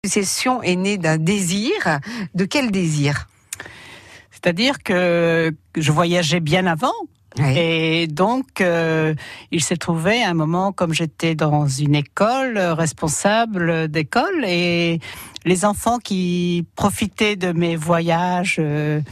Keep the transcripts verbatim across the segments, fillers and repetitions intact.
L'association est née d'un désir. De quel désir ? C'est-à-dire que je voyageais bien avant. Oui. Et donc, euh, il s'est trouvé un moment, comme j'étais dans une école, euh, responsable d'école, et les enfants qui profitaient de mes voyages euh,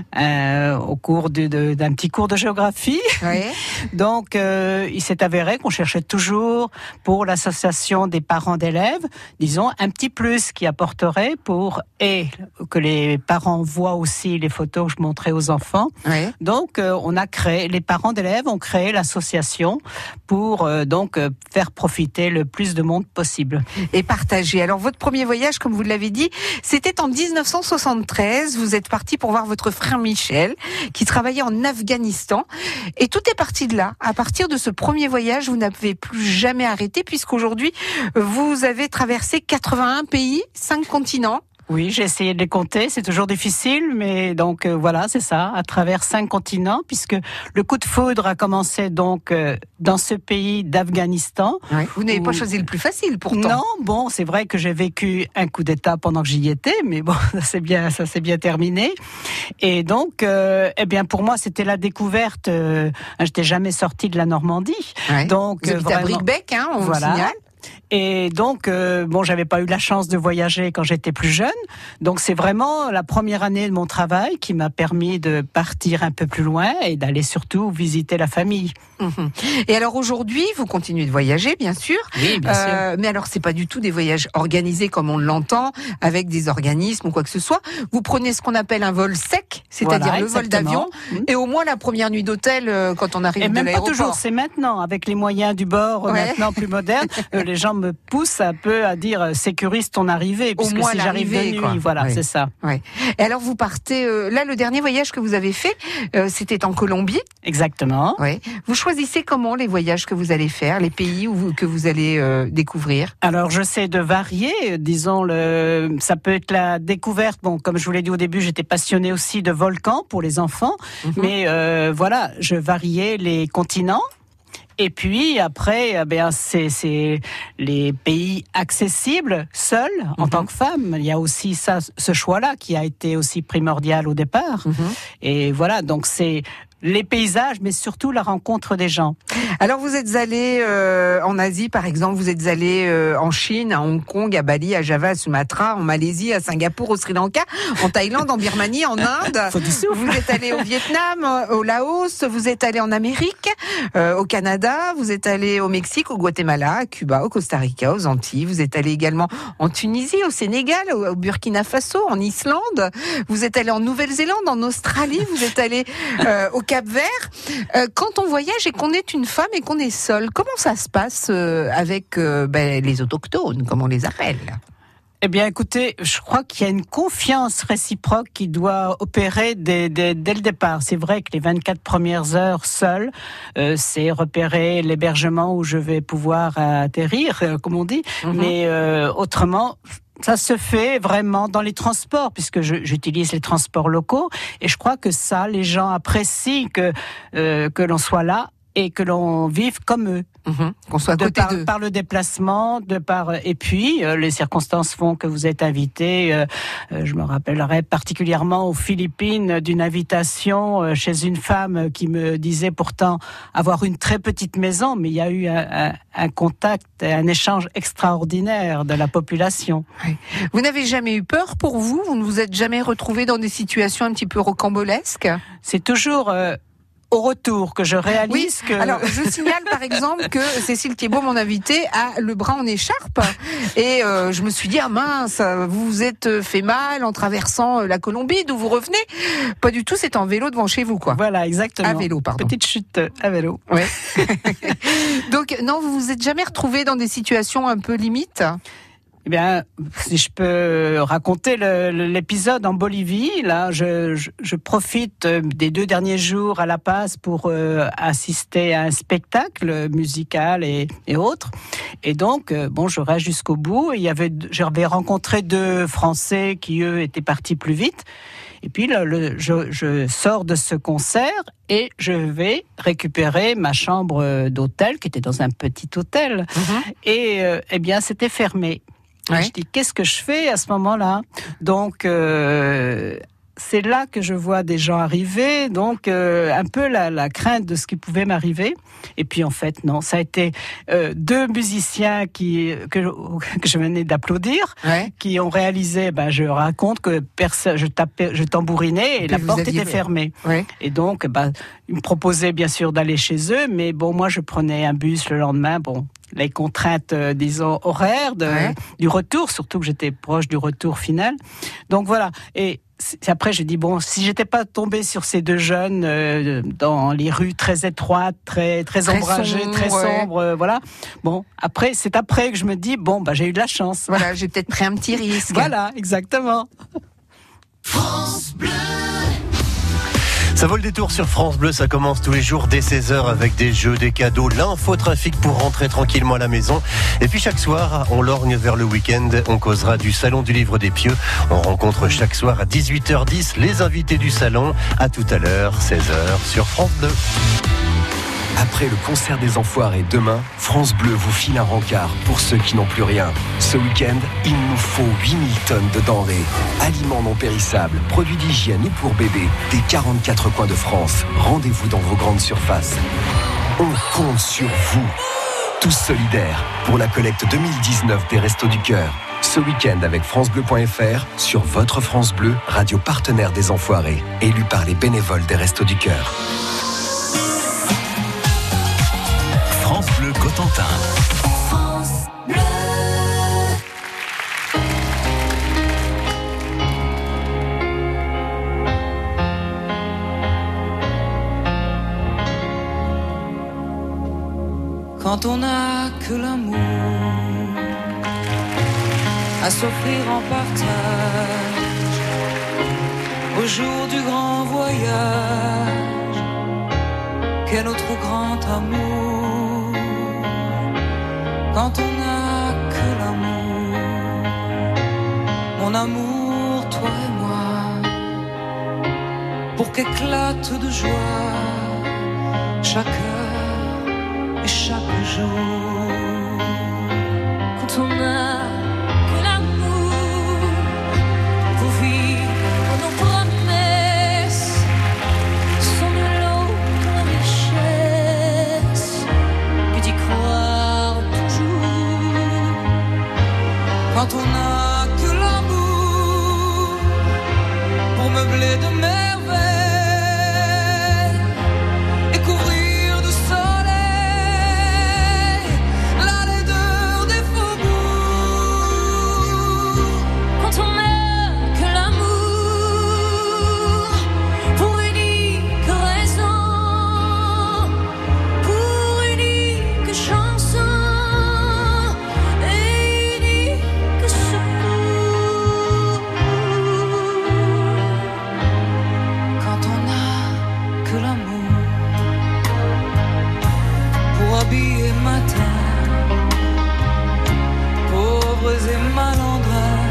euh, au cours de, de, d'un petit cours de géographie. Oui. Donc, euh, il s'est avéré qu'on cherchait toujours pour l'association des parents d'élèves, disons, un petit plus qui apporterait pour, et que les parents voient aussi les photos que je montrais aux enfants. Oui. Donc, euh, on a créé, les parents d'élèves ont créé l'association pour euh, donc euh, faire profiter le plus de monde possible. Et partager. Alors, votre premier voyage, comme vous l'avez dit, c'était en dix-neuf cent soixante-treize. Vous êtes parti pour voir votre frère Michel, qui travaillait en Afghanistan. Et tout est parti de là. À partir de ce premier voyage, vous n'avez plus jamais arrêté, puisqu'aujourd'hui, vous avez traversé quatre-vingt-un pays, cinq continents. Oui, j'ai essayé de les compter, c'est toujours difficile, mais donc euh, voilà, c'est ça, à travers cinq continents, puisque le coup de foudre a commencé donc euh, dans ce pays d'Afghanistan. Oui. Vous n'avez où... pas choisi le plus facile, pourtant. Non, bon, c'est vrai que j'ai vécu un coup d'État pendant que j'y étais, mais bon, ça s'est bien, ça s'est bien terminé. Et donc, euh, eh bien, pour moi, c'était la découverte. Euh, j'étais jamais sortie de la Normandie, Ouais. donc vous habitez vraiment... à Bricbec, hein, on voilà. le signale. Et donc, euh, bon, j'avais pas eu la chance de voyager quand j'étais plus jeune. Donc, c'est vraiment la première année de mon travail qui m'a permis de partir un peu plus loin et d'aller surtout visiter la famille. Mmh. Et alors aujourd'hui, vous continuez de voyager, bien sûr. Oui, bien euh, Mais alors, c'est pas du tout des voyages organisés comme on l'entend, avec des organismes ou quoi que ce soit. Vous prenez ce qu'on appelle un vol sec, c'est-à-dire Voilà, le vol exactement. d'avion, et au moins la première nuit d'hôtel euh, quand on arrive Et de même pas l'aéroport. toujours, c'est maintenant, avec les moyens du bord, Ouais. maintenant plus modernes, euh, les gens me poussent un peu à dire euh, sécurise ton arrivée, puisque moins si j'arrive de l'arrivée, nuit, quoi. voilà, Ouais. c'est ça. Ouais. Et alors vous partez, euh, là le dernier voyage que vous avez fait, euh, c'était en Colombie. Exactement. Ouais. Vous choisissez comment les voyages que vous allez faire, les pays où vous, que vous allez euh, découvrir? Alors, j'essaie de varier, euh, disons, le, ça peut être la découverte. Bon, comme je vous l'ai dit au début, j'étais passionnée aussi de volcans pour les enfants, Mm-hmm. mais euh, voilà, je variais les continents. Et puis après, eh bien, c'est, c'est les pays accessibles, seuls, en Mhm. tant que femme. Il y a aussi ça, ce choix-là qui a été aussi primordial au départ. Mhm. Et voilà, donc c'est les paysages, mais surtout la rencontre des gens. Alors vous êtes allé euh, en Asie, par exemple, vous êtes allé euh, en Chine, à Hong Kong, à Bali, à Java, à Sumatra, en Malaisie, à Singapour, au Sri Lanka, en Thaïlande, en Birmanie, en Inde. Faut du souffle. Vous êtes allé au Vietnam, au Laos, vous êtes allé en Amérique, euh, au Canada, vous êtes allé au Mexique, au Guatemala, à Cuba, au Costa Rica, aux Antilles. Vous êtes allé également en Tunisie, au Sénégal, au, au Burkina Faso, en Islande. Vous êtes allé en Nouvelle-Zélande, en Australie. Vous êtes allé euh, au Cap-Vert. Euh, quand on voyage et qu'on est une femme et qu'on est seule, comment ça se passe euh, avec euh, ben, les autochtones, comme on les appelle ? Eh bien, écoutez, je crois qu'il y a une confiance réciproque qui doit opérer dès, dès, dès le départ. C'est vrai que les vingt-quatre premières heures seules, euh, c'est repérer l'hébergement où je vais pouvoir atterrir, euh, comme on dit. Mm-hmm. Mais euh, autrement... ça se fait vraiment dans les transports, puisque je, j'utilise les transports locaux, et je crois que ça, les gens apprécient que euh, que l'on soit là et que l'on vive comme eux. Mmh, qu'on soit à de côté par, d'eux. par le déplacement, de par et puis euh, les circonstances font que vous êtes invité. Euh, euh, je me rappellerai particulièrement aux Philippines d'une invitation euh, chez une femme qui me disait pourtant avoir une très petite maison, mais il y a eu un, un, un contact, un échange extraordinaire de la population. Oui. Vous n'avez jamais eu peur pour vous ? Vous ne vous êtes jamais retrouvé dans des situations un petit peu rocambolesques ? C'est toujours euh, au retour que je réalise oui. que... Alors, je signale par exemple que Cécile Thiebaud, mon invitée, a le bras en écharpe. Et euh, je me suis dit, ah mince, vous vous êtes fait mal en traversant la Colombie, d'où vous revenez. Pas du tout, c'est en vélo devant chez vous, quoi. Voilà, exactement. À vélo, pardon. Petite chute à vélo. Ouais. Donc, non, vous vous êtes jamais retrouvé dans des situations un peu limites ? Eh bien, si je peux raconter le, le, l'épisode en Bolivie, là, je, je, je profite des deux derniers jours à La Paz pour euh, assister à un spectacle musical et, et autres. Et donc, euh, bon, je reste jusqu'au bout. Il y avait, j'avais rencontré deux Français qui, eux, étaient partis plus vite. Et puis, là, le, je, je sors de ce concert et je vais récupérer ma chambre d'hôtel, qui était dans un petit hôtel. Mmh. Et, euh, eh bien, c'était fermé. Ouais. Je dis, qu'est-ce que je fais à ce moment-là? Donc, euh, c'est là que je vois des gens arriver, donc euh, un peu la, la crainte de ce qui pouvait m'arriver. Et puis en fait, non, ça a été euh, deux musiciens qui que, que je venais d'applaudir, ouais. qui ont réalisé. Ben, je raconte que personne, je tapais, je tambourinais et, et la porte aviez... était fermée. Ouais. Et donc, ben, ils me proposaient bien sûr d'aller chez eux, mais bon, moi, je prenais un bus le lendemain. Bon. Les contraintes, euh, disons, horaires de, ouais. du retour, surtout que j'étais proche du retour final. Donc voilà. Et après, je dis bon, si j'étais pas tombée sur ces deux jeunes euh, dans les rues très étroites, très très, très ombragées, sombre, très ouais. sombres, euh, voilà. Bon, après, c'est après que je me dis bon, bah j'ai eu de la chance. Voilà, j'ai peut-être pris un petit risque. Voilà, exactement. France Bleu. Ça vaut le détour sur France Bleu, ça commence tous les jours dès seize heures avec des jeux, des cadeaux, l'infotrafic pour rentrer tranquillement à la maison. Et puis chaque soir, on lorgne vers le week-end, on causera du Salon du Livre des Pieux. On rencontre chaque soir à dix-huit heures dix les invités du salon. À tout à l'heure, seize heures sur France Bleu. Après le concert des Enfoirés demain, France Bleu vous file un rencard pour ceux qui n'ont plus rien. Ce week-end, il nous faut huit mille tonnes de denrées, aliments non périssables, produits d'hygiène ou pour bébés, des quarante-quatre coins de France. Rendez-vous dans vos grandes surfaces. On compte sur vous. Tous solidaires pour la collecte deux mille dix-neuf des Restos du Cœur. Ce week-end avec francebleu point f r sur votre France Bleu, radio partenaire des Enfoirés, élu par les bénévoles des Restos du Cœur. France Bleu Cotentin. France Bleu. Quand on n'a que l'amour à s'offrir en partage, au jour du grand voyage, qu'est notre grand amour. Quand on n'a que l'amour, mon amour, toi et moi, pour qu'éclate de joie chaque heure et chaque jour. Quand on a que l'amour pour vivre nos promesses, sans de l'autre richesse que d'y croire toujours. Quand on a que l'amour pour meubler de merveilles et couvrir de soleil la laideur des faubourgs. Quand on a que l'amour pour unique raison, pour unique chanson et unique secours. Quand on a que l'amour pour habiller matin pauvres et malandrins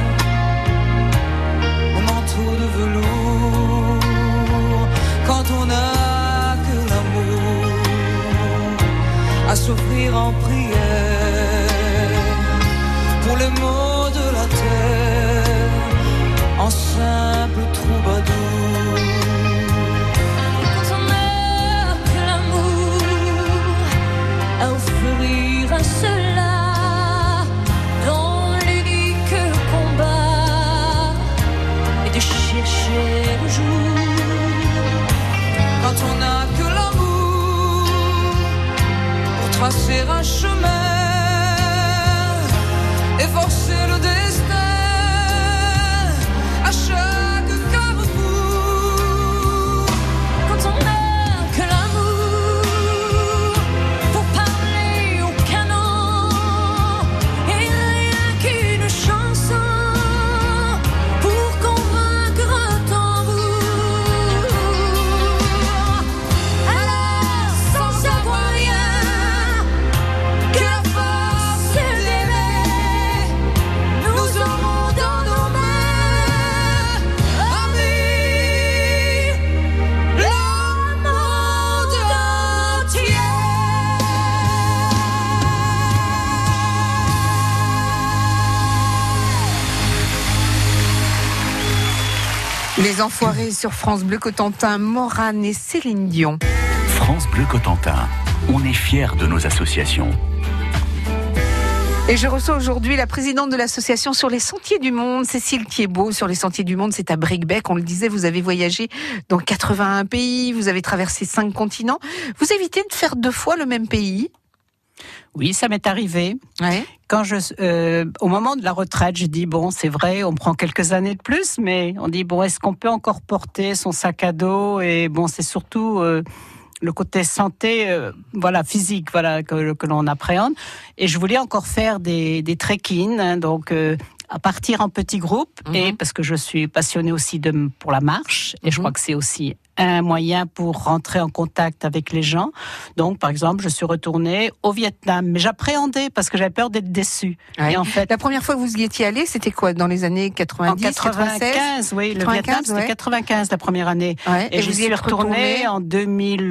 au manteau de velours. Quand on a que l'amour à s'offrir en prière pour les maux de la terre en simple troubadour. Quand on a que l'amour à offrir un seul art dans l'unique combat et de chercher le jour. Quand on a que l'amour pour tracer un chemin et forcer le destin à chaque carrefour. Quand on a que l'amour pour parler au canon et rien qu'une chanson pour convaincre un tambour. Alors sans savoir rien que Les Enfoirés sur France Bleu Cotentin, Morane et Céline Dion. France Bleu Cotentin, on est fiers de nos associations. Et je reçois aujourd'hui la présidente de l'association Sur les Sentiers du Monde, Cécile Thiebaud. Sur les Sentiers du Monde, c'est à Bricbec. On le disait, vous avez voyagé dans quatre-vingt-un pays, vous avez traversé cinq continents. Vous évitez de faire deux fois le même pays ? Oui, ça m'est arrivé. Ouais. Quand je, euh, au moment de la retraite, j'ai dit bon, c'est vrai, on prend quelques années de plus, mais on dit bon, est-ce qu'on peut encore porter son sac à dos ? Et bon, c'est surtout euh, le côté santé, euh, voilà, physique, voilà, que, que l'on appréhende. Et je voulais encore faire des, des trekking, hein, donc. Euh, à partir en petits groupes, mmh. et parce que je suis passionnée aussi de, pour la marche, et mmh. je crois que c'est aussi un moyen pour rentrer en contact avec les gens. Donc, par exemple, je suis retournée au Vietnam, mais j'appréhendais parce que j'avais peur d'être déçue. Ouais. Et en fait, la première fois que vous y étiez allé, c'était quoi, dans les années quatre-vingt-dix, en quatre-vingt-quinze, quatre-vingt-seize oui, le Vietnam, c'était ouais. quatre-vingt-quinze la première année. Ouais. Et, et je suis retournée en deux mille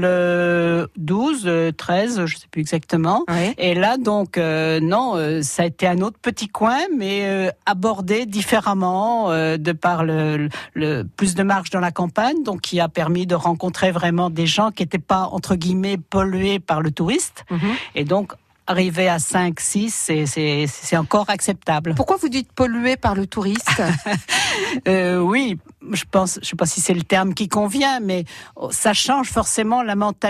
douze, treize, je sais plus exactement. Ouais. Et là, donc, euh, non, euh, ça a été un autre petit coin, mais euh, abordé différemment, euh, de par le, le, le plus de marche dans la campagne, donc qui a permis de rencontrer vraiment des gens qui n'étaient pas, entre guillemets, pollués par le touriste. Mmh. Et donc, arriver à cinq, six, c'est, c'est, c'est encore acceptable. Pourquoi vous dites pollué par le touriste ? euh, Oui, je pense, je ne sais pas si c'est le terme qui convient, mais ça change forcément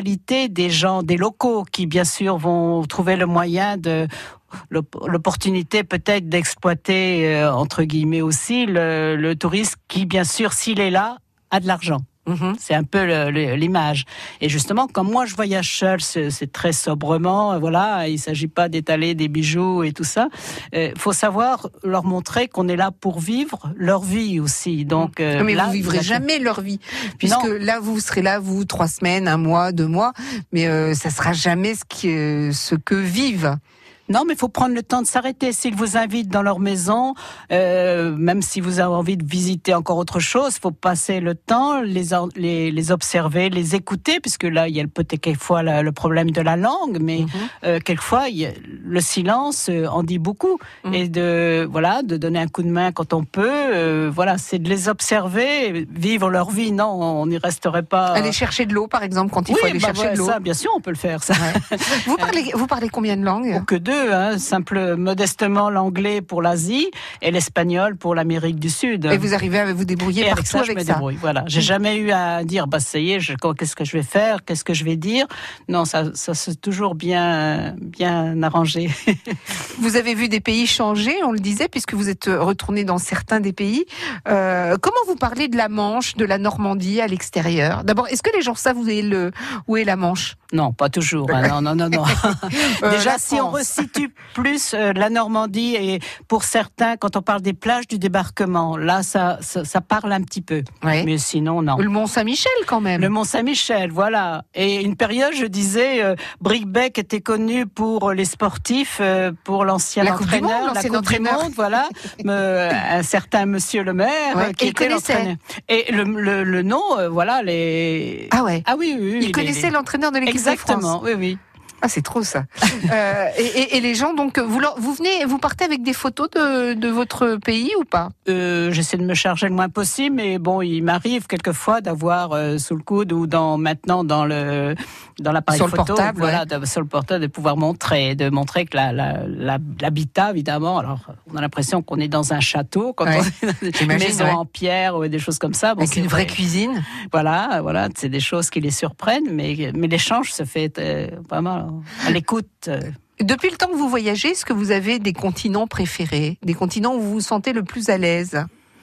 la mentalité des gens, des locaux, qui bien sûr vont trouver le moyen de... l'opportunité peut-être d'exploiter, euh, entre guillemets aussi, le, le touriste qui, bien sûr, s'il est là, a de l'argent. Mmh. C'est un peu le, le, l'image. Et justement, quand moi je voyage seul, c'est, c'est très sobrement, voilà, il ne s'agit pas d'étaler des bijoux et tout ça. Il euh, faut savoir leur montrer qu'on est là pour vivre leur vie aussi. Donc, euh, mais là, vous vivrez jamais leur vie, puisque non. Là vous serez là, vous, trois semaines, un mois, deux mois, mais euh, ça sera jamais ce, qui, euh, ce que vivent. Non, mais il faut prendre le temps de s'arrêter. S'ils vous invitent dans leur maison, euh, même si vous avez envie de visiter encore autre chose, il faut passer le temps, les, les, les observer, les écouter, puisque là, il y a peut-être quelquefois la, le problème de la langue, mais mm-hmm. euh, quelquefois, il y a, le silence en dit beaucoup. Mm-hmm. Et de, voilà, de donner un coup de main quand on peut, euh, voilà, c'est de les observer, vivre leur vie. Non, on n'y resterait pas. Aller chercher de l'eau, par exemple, quand il oui, faut aller bah chercher ouais, de l'eau. Ça, bien sûr, on peut le faire, ça. Ouais. Vous parlez, vous parlez combien de langues ? Ou que deux. Hein, simple, modestement l'anglais pour l'Asie et l'espagnol pour l'Amérique du Sud. Et vous arrivez à vous débrouiller et partout avec ça. avec je me ça. Débrouille, voilà. J'ai jamais eu à dire, bah ça y est, je, qu'est-ce que je vais faire, qu'est-ce que je vais dire. Non, ça, ça c'est toujours bien, bien arrangé. Vous avez vu des pays changer, on le disait, puisque vous êtes retourné dans certains des pays. Euh, comment vous parlez de la Manche, de la Normandie à l'extérieur ? D'abord, est-ce que les gens savent où est le, où est la Manche ? Non, pas toujours. Hein, non, non, non, non. euh, Déjà, si on resitue plus euh, la Normandie, et pour certains, quand on parle des plages du débarquement, là, ça, ça, ça parle un petit peu. Ouais. Mais sinon, non. Le Mont-Saint-Michel, quand même. Le Mont-Saint-Michel, voilà. Et une période, je disais, euh, Bricbec était connu pour les sportifs, euh, pour l'ancien la entraîneur, coupe du monde, la Coupe entraîneur. du Monde, voilà. Me, un certain Monsieur le maire, ouais. euh, qui et était l'entraîneur. Et le, le, le nom, euh, voilà, les. Ah ouais. Ah oui, oui, oui. Il connaissait les... l'entraîneur de l'équipe de France. Exactement, oui, oui. Ah, c'est trop ça. euh, et, et, et les gens, donc, vous, vous venez, vous partez avec des photos de, de votre pays ou pas ? euh, J'essaie de me charger le moins possible, mais bon, il m'arrive quelquefois d'avoir euh, sous le coude ou dans maintenant dans le dans l'appareil sur photo, le portable, voilà, ouais. de, sur le portable, de pouvoir montrer, de montrer que la, la, la, l'habitat, évidemment. Alors, on a l'impression qu'on est dans un château quand ouais. on est dans une maison ouais. en pierre ou des choses comme ça. Bon, avec une vraie vrai. cuisine. Voilà, voilà, c'est des choses qui les surprennent, mais mais l'échange se fait euh, vraiment à l'écoute. Depuis le temps que vous voyagez, est-ce que vous avez des continents préférés, des continents où vous vous sentez le plus à l'aise ?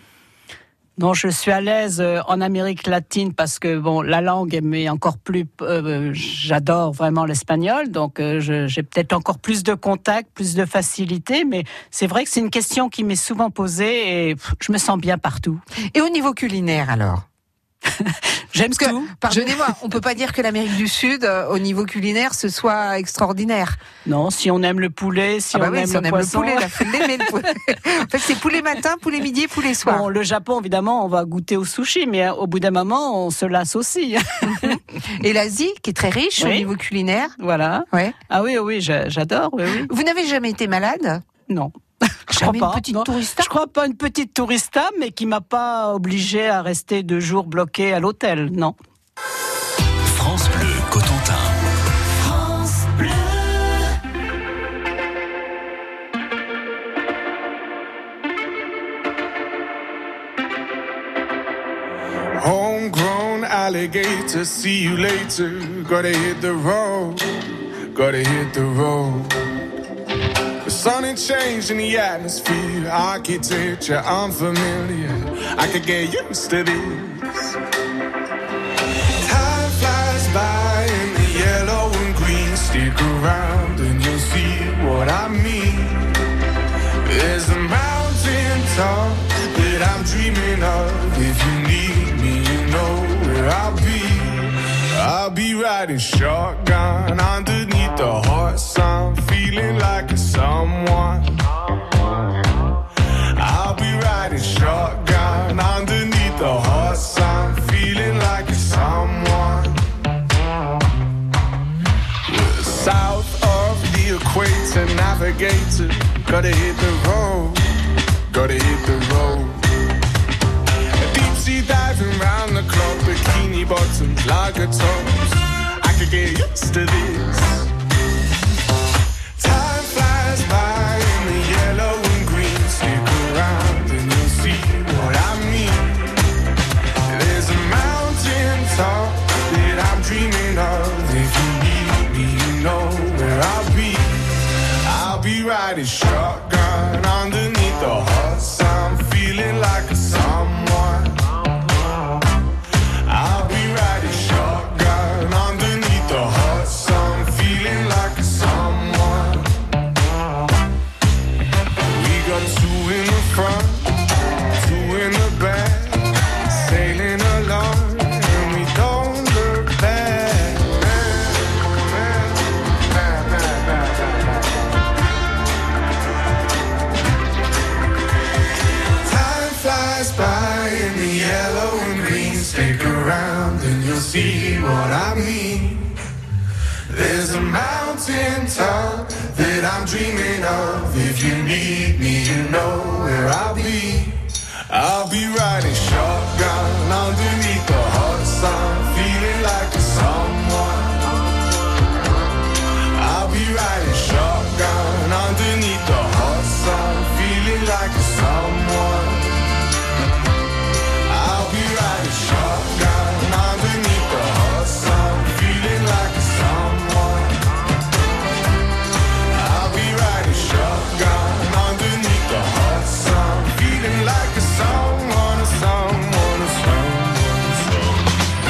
Non, je suis à l'aise en Amérique latine parce que bon, la langue m'est encore plus. Euh, j'adore vraiment l'espagnol, donc euh, je, j'ai peut-être encore plus de contact, plus de facilité. Mais c'est vrai que c'est une question qui m'est souvent posée et pff, je me sens bien partout. Et au niveau culinaire alors ? J'aime Parce tout. Que, pardonnez-moi, on peut pas dire que l'Amérique du Sud, euh, au niveau culinaire, ce soit extraordinaire. Non, si on aime le poulet, si ah bah on oui, aime si le on aime poisson. le poulet, là, faut l'aimer, le poulet. En fait, c'est poulet matin, poulet midi et poulet soir. Bon, le Japon, évidemment, on va goûter au sushi, mais au bout d'un moment, on se lasse aussi. Et l'Asie, qui est très riche oui. au niveau culinaire. Voilà. Ouais. Ah oui, oui, j'adore, oui, oui. Vous n'avez jamais été malade ? Non. Je Jamais crois pas. une petite non. tourista. Je crois pas une petite tourista, mais qui m'a pas obligé à rester deux jours bloqué à l'hôtel, non. France Bleu Cotentin. France Bleu. Homegrown alligator, see you later. Gotta hit the road, gotta hit the road. The sun ain't changed in the atmosphere, architecture unfamiliar. I could get used to this. Time flies by in the yellow and green. Stick around and you'll see what I mean. There's a mountain top that I'm dreaming of. If you need me, you know where I'll be. I'll be riding shotgun underneath the hot sun, feeling like a someone. I'll be riding shotgun underneath the hot sun, feeling like a someone. We're south of the equator, navigator. Gotta hit the road, gotta hit the road. Deep sea diving round the clock, bikini bottoms, lager tops. I could get used to this. Time flies by in the yellow and green. Stick around and you'll see what I mean. There's a mountain top that I'm dreaming of. If you need me, you know where I'll be. I'll be riding shotgun underneath the hot sun, feeling like a someone. I'll be riding shotgun underneath the hot sun, feeling like a someone. We got two in the front, two in the back, sailing along, and we don't look back. Time flies by in the yellow and green. Stick around and you'll see what I mean. There's a mountain top that I'm dreaming of. If you need me, you know where I'll be. I'll be riding shotgun underneath the hot sun, feeling like a someone. I'll be riding shotgun underneath the hot sun, feeling like a someone. I'll be riding shotgun underneath the hot sun, feeling like a someone. I'll be riding shotgun underneath the hot sun, feeling like a someone, a someone, a someone, a someone.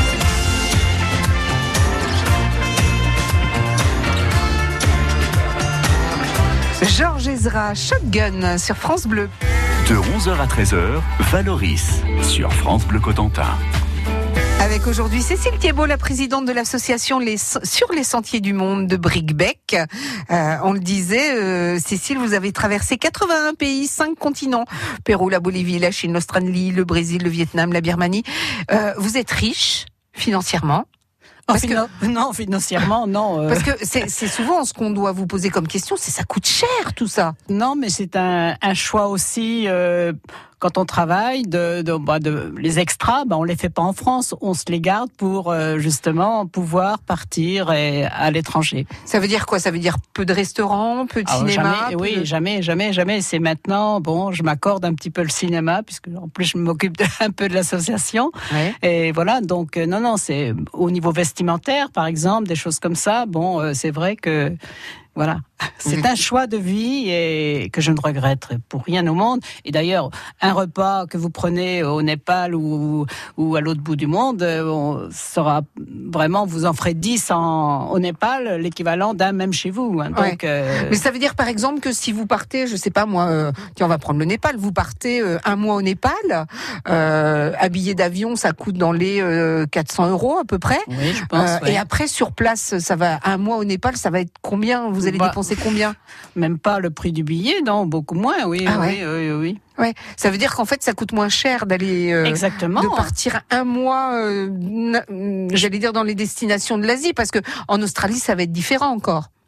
Georges Ezra, Shotgun sur France Bleu. De onze heures à treize heures, Valoris sur France Bleu Cotentin. Avec aujourd'hui Cécile Thiebaud, la présidente de l'association les, Sur les Sentiers du Monde de Bricbec. Euh, on le disait, euh, Cécile, vous avez traversé quatre-vingt-un pays, cinq continents. Pérou, la Bolivie, la Chine, l'Australie, le Brésil, le Vietnam, la Birmanie. Euh, vous êtes riche financièrement. Parce que, non, financièrement, non. Euh... Parce que c'est, c'est souvent ce qu'on doit vous poser comme question, c'est ça coûte cher tout ça. Non, mais c'est un, un choix aussi. Euh, quand on travaille, de, de, bah, de les extras, bah, on les fait pas en France, on se les garde pour euh, justement pouvoir partir et, à l'étranger. Ça veut dire quoi ? Ça veut dire peu de restaurants, peu de Alors, cinéma. Jamais, peu oui, de... jamais, jamais, jamais. C'est maintenant. Bon, je m'accorde un petit peu le cinéma puisque en plus je m'occupe de, un peu de l'association. Ouais. Et voilà, donc euh, non, non, c'est au niveau vestimentaire, par exemple, des choses comme ça. Bon, euh, c'est vrai que. Voilà, c'est un choix de vie et que je ne regretterai pour rien au monde. Et d'ailleurs, un repas que vous prenez au Népal ou, ou à l'autre bout du monde, on sera vraiment, vous en ferez dix en, au Népal, l'équivalent d'un même chez vous. Hein. Donc, ouais. euh... Mais ça veut dire par exemple que si vous partez, je sais pas moi, euh, tiens, on va prendre le Népal, vous partez euh, un mois au Népal, euh, un billet d'avion, ça coûte dans les euh, quatre cents euros à peu près. Oui, je pense. Euh, ouais. Et après, sur place, ça va, un mois au Népal, ça va être combien ? Vous allez bah, dépenser combien ? Même pas le prix du billet, non, beaucoup moins, oui, ah oui, ouais. oui, oui, oui. Ouais, ça veut dire qu'en fait, ça coûte moins cher d'aller, euh, Exactement. de partir un mois, euh, na- j'allais dire dans les destinations de l'Asie, parce que en Australie, ça va être différent encore.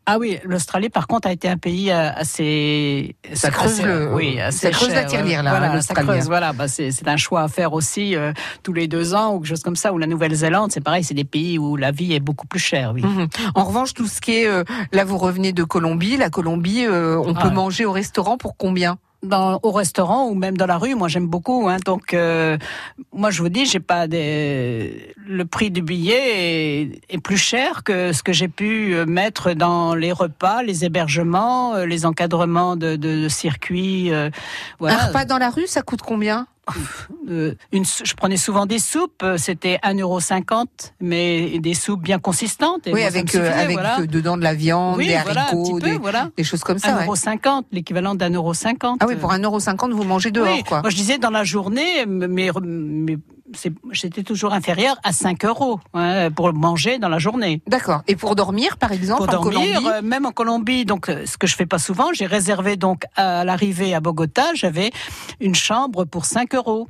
Ah oui, l'Australie, par contre, a été un pays assez... Ça creuse assez, le... Oui, assez ça creuse cher, la tirelire, là, voilà, l'Australie. Ça creuse, voilà. Bah, c'est, c'est un choix à faire aussi euh, tous les deux ans ou quelque chose comme ça. Ou la Nouvelle-Zélande, c'est pareil, c'est des pays où la vie est beaucoup plus chère, oui. Mmh. En revanche, tout ce qui est... Euh, là, vous revenez de Colombie. La Colombie, euh, on ah, peut ouais. manger au restaurant pour combien ? Dans, au restaurant ou même dans la rue, moi j'aime beaucoup. Hein, donc, euh, moi je vous dis, j'ai pas des... le prix du billet est, est plus cher que ce que j'ai pu mettre dans les repas, les hébergements, les encadrements de, de, de circuits. Euh, voilà. Un repas dans la rue, ça coûte combien ? Euh, une, je prenais souvent des soupes, c'était un euro cinquante, mais des soupes bien consistantes. Et oui, moi, avec, suffisait, euh, avec voilà. dedans de la viande, oui, des voilà, haricots, peu, des, voilà. des choses comme ça. un euro cinquante, ouais. l'équivalent d'un euro cinquante. Ah oui, pour un euro cinquante, vous mangez dehors, oui. quoi. Moi, je disais, dans la journée, mais, mais c'est, c'était toujours inférieur à cinq euros hein, pour manger dans la journée. D'accord. Et pour dormir, par exemple, pour en dormir, Colombie euh, même en Colombie, donc euh, ce que je fais pas souvent, j'ai réservé donc à l'arrivée à Bogota, j'avais une chambre pour cinq euros.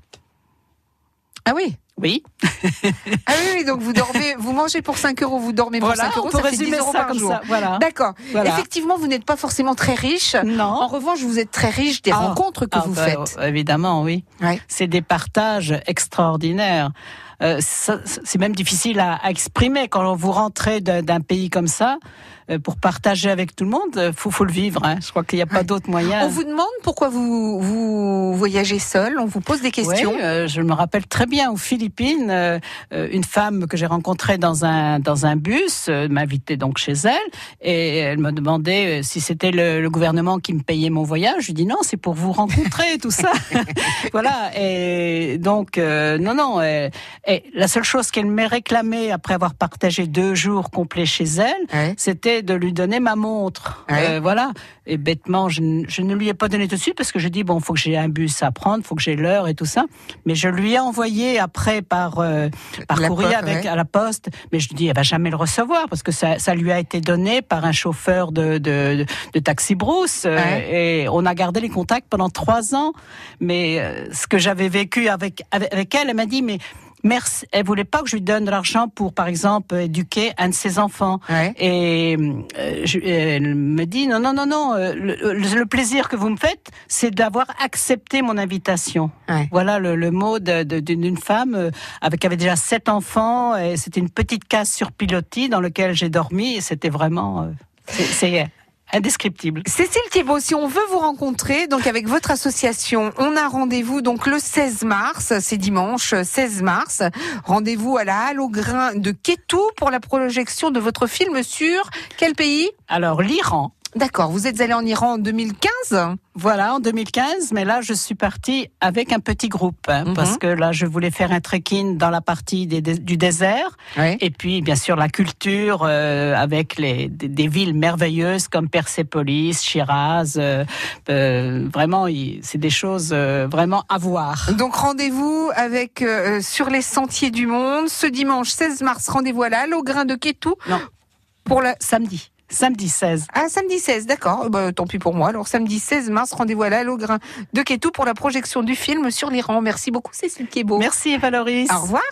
Ah oui. Oui. Ah oui, oui, donc vous dormez, vous mangez pour cinq euros, vous dormez pour voilà, cinq euros, on peut ça fait dix euros ça par comme jour. Ça, voilà. D'accord. Voilà. Effectivement, vous n'êtes pas forcément très riche. Non. En revanche, vous êtes très riche des ah, rencontres que ah, vous bah, faites. Évidemment, oui. Ouais. C'est des partages extraordinaires. Euh, ça, c'est même difficile à, à exprimer quand vous rentrez d'un, d'un pays comme ça. Euh, pour partager avec tout le monde, il faut, faut le vivre. Hein. Je crois qu'il n'y a pas ouais. d'autre moyen. On vous demande pourquoi vous, vous voyagez seul. On vous pose des questions. Oui, euh, je me rappelle très bien aux Philippines, euh, une femme que j'ai rencontrée dans un dans un bus euh, m'invitait donc chez elle et elle me demandait si c'était le, le gouvernement qui me payait mon voyage. Je lui dis non, c'est pour vous rencontrer, tout ça. Voilà. Et donc euh, non non. Et, et la seule chose qu'elle m'ait réclamée après avoir partagé deux jours complets chez elle, ouais. c'était de lui donner ma montre. Ouais. Euh, voilà. Et bêtement, je, je ne lui ai pas donné tout de suite parce que je dis bon, faut que j'ai un bus à prendre, faut que j'ai l'heure et tout ça. Mais je lui ai envoyé après par euh, par la courrier po- avec ouais. à la poste. Mais je lui dis elle va jamais le recevoir parce que ça, ça lui a été donné par un chauffeur de de, de, de taxi brousse. Ouais. Euh, et on a gardé les contacts pendant trois ans. Mais euh, ce que j'avais vécu avec avec, avec elle, elle m'a dit mais merci. Elle voulait pas que je lui donne de l'argent pour, par exemple, éduquer un de ses enfants. Ouais. Et euh, je, elle me dit non, non, non, non. Le, le, le plaisir que vous me faites, c'est d'avoir accepté mon invitation. Ouais. Voilà le, le mot de, de, d'une femme avec qui avait déjà sept enfants. Et c'était une petite case sur pilotis dans laquelle j'ai dormi. Et c'était vraiment, euh, c'est, c'est indescriptible. Cécile Thiebaud, si on veut vous rencontrer, donc avec votre association, on a rendez-vous donc le seize mars, c'est dimanche seize mars. Rendez-vous à la Halle au Grain de Kétou pour la projection de votre film sur quel pays ? Alors l'Iran. D'accord, vous êtes allé en Iran en deux mille quinze ? Voilà, en deux mille quinze, mais là je suis partie avec un petit groupe, hein, mm-hmm. parce que là je voulais faire un trekking dans la partie des, des, du désert, oui. Et puis bien sûr la culture euh, avec les, des, des villes merveilleuses comme Persépolis, Shiraz, euh, euh, vraiment c'est des choses euh, vraiment à voir. Donc rendez-vous avec euh, sur les sentiers du monde, ce dimanche seize mars, rendez-vous à la Halle au Grain de Kétou. Non, pour le samedi. Samedi seize. Ah, samedi seize, d'accord. Bah, tant pis pour moi. Alors, samedi seize mars, rendez-vous à la Halle au Grain de Kétou pour la projection du film sur l'Iran. Merci beaucoup, Cécile Thiebaud. Merci, Valoris. Au revoir.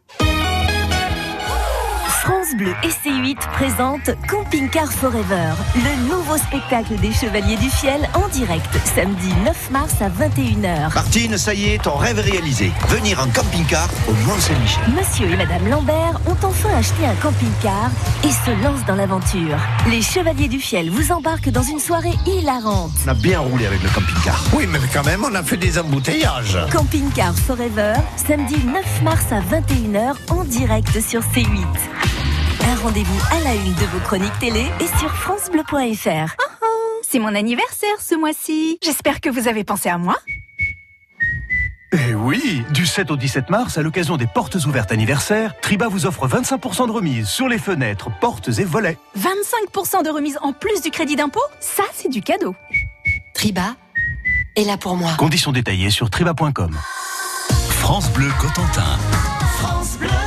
France Bleu et C huit présente Camping Car Forever, le nouveau spectacle des Chevaliers du Fiel en direct, samedi neuf mars à vingt et une heures. Martine, ça y est, ton rêve est réalisé. Venir en camping-car au Mont-Saint-Michel. Monsieur et Madame Lambert ont enfin acheté un camping-car et se lancent dans l'aventure. Les Chevaliers du Fiel vous embarquent dans une soirée hilarante. On a bien roulé avec le camping-car. Oui, mais quand même, on a fait des embouteillages. Camping Car Forever, samedi neuf mars à vingt et une heures en direct sur C huit. Un rendez-vous à la une de vos chroniques télé et sur francebleu point f r. Oh oh, c'est mon anniversaire ce mois-ci. J'espère que vous avez pensé à moi. Eh oui, du sept au dix-sept mars, à l'occasion des portes ouvertes anniversaires, Triba vous offre vingt-cinq pour cent de remise sur les fenêtres, portes et volets. vingt-cinq pour cent de remise en plus du crédit d'impôt ? Ça, c'est du cadeau. Triba est là pour moi. Conditions détaillées sur triba point com. France Bleu Cotentin. France Bleu.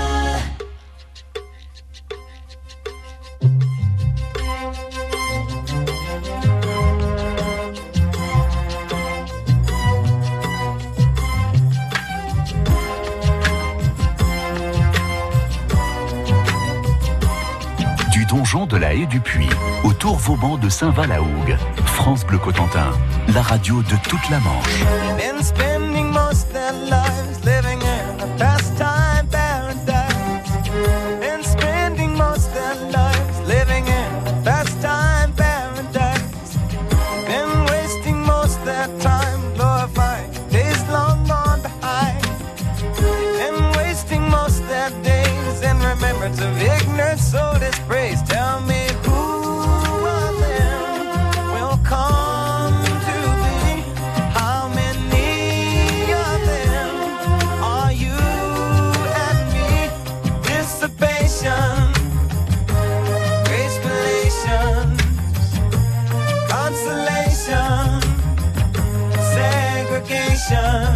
donjon de la Haie du Puy, au Tour Vauban de Saint-Val-à-Hougue. France Bleu Cotentin, la radio de toute la Manche. Been spending most their lives living in a pastime paradise. Been spending most their lives living in a pastime paradise. Been wasting most their time glorifying days long gone behind. Been wasting most their days in remembrance of ignorance, so dispraise. Tell me who of them will come to be? How many of them are you and me? Dissipation, gracefulation, consolation, segregation,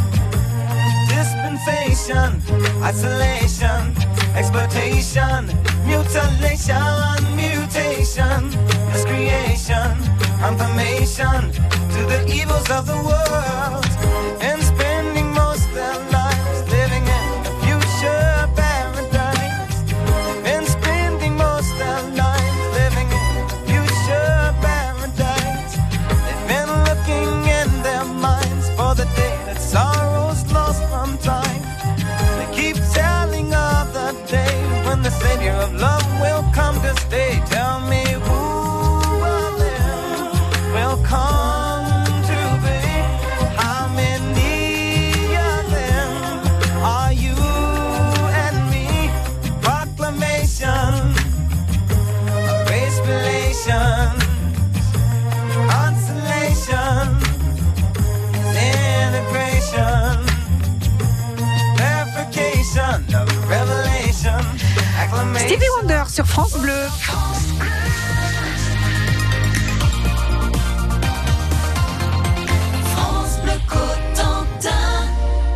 dispensation, isolation, exploitation, mutilation, mutation, miscreation, confirmation to the evils of the world, and spending most their lives living in a future paradise, and spending most their lives living in a future paradise. They've been looking in their minds for the day that sorrow's lost from time. They keep telling of the day when the Savior of love will come to stay. Tell me who of them will come to be? How many of them are you and me? Proclamation, grace-relation, consolation, integration, verification of revelation, acclamation. Stevie Wonder sur France Bleu.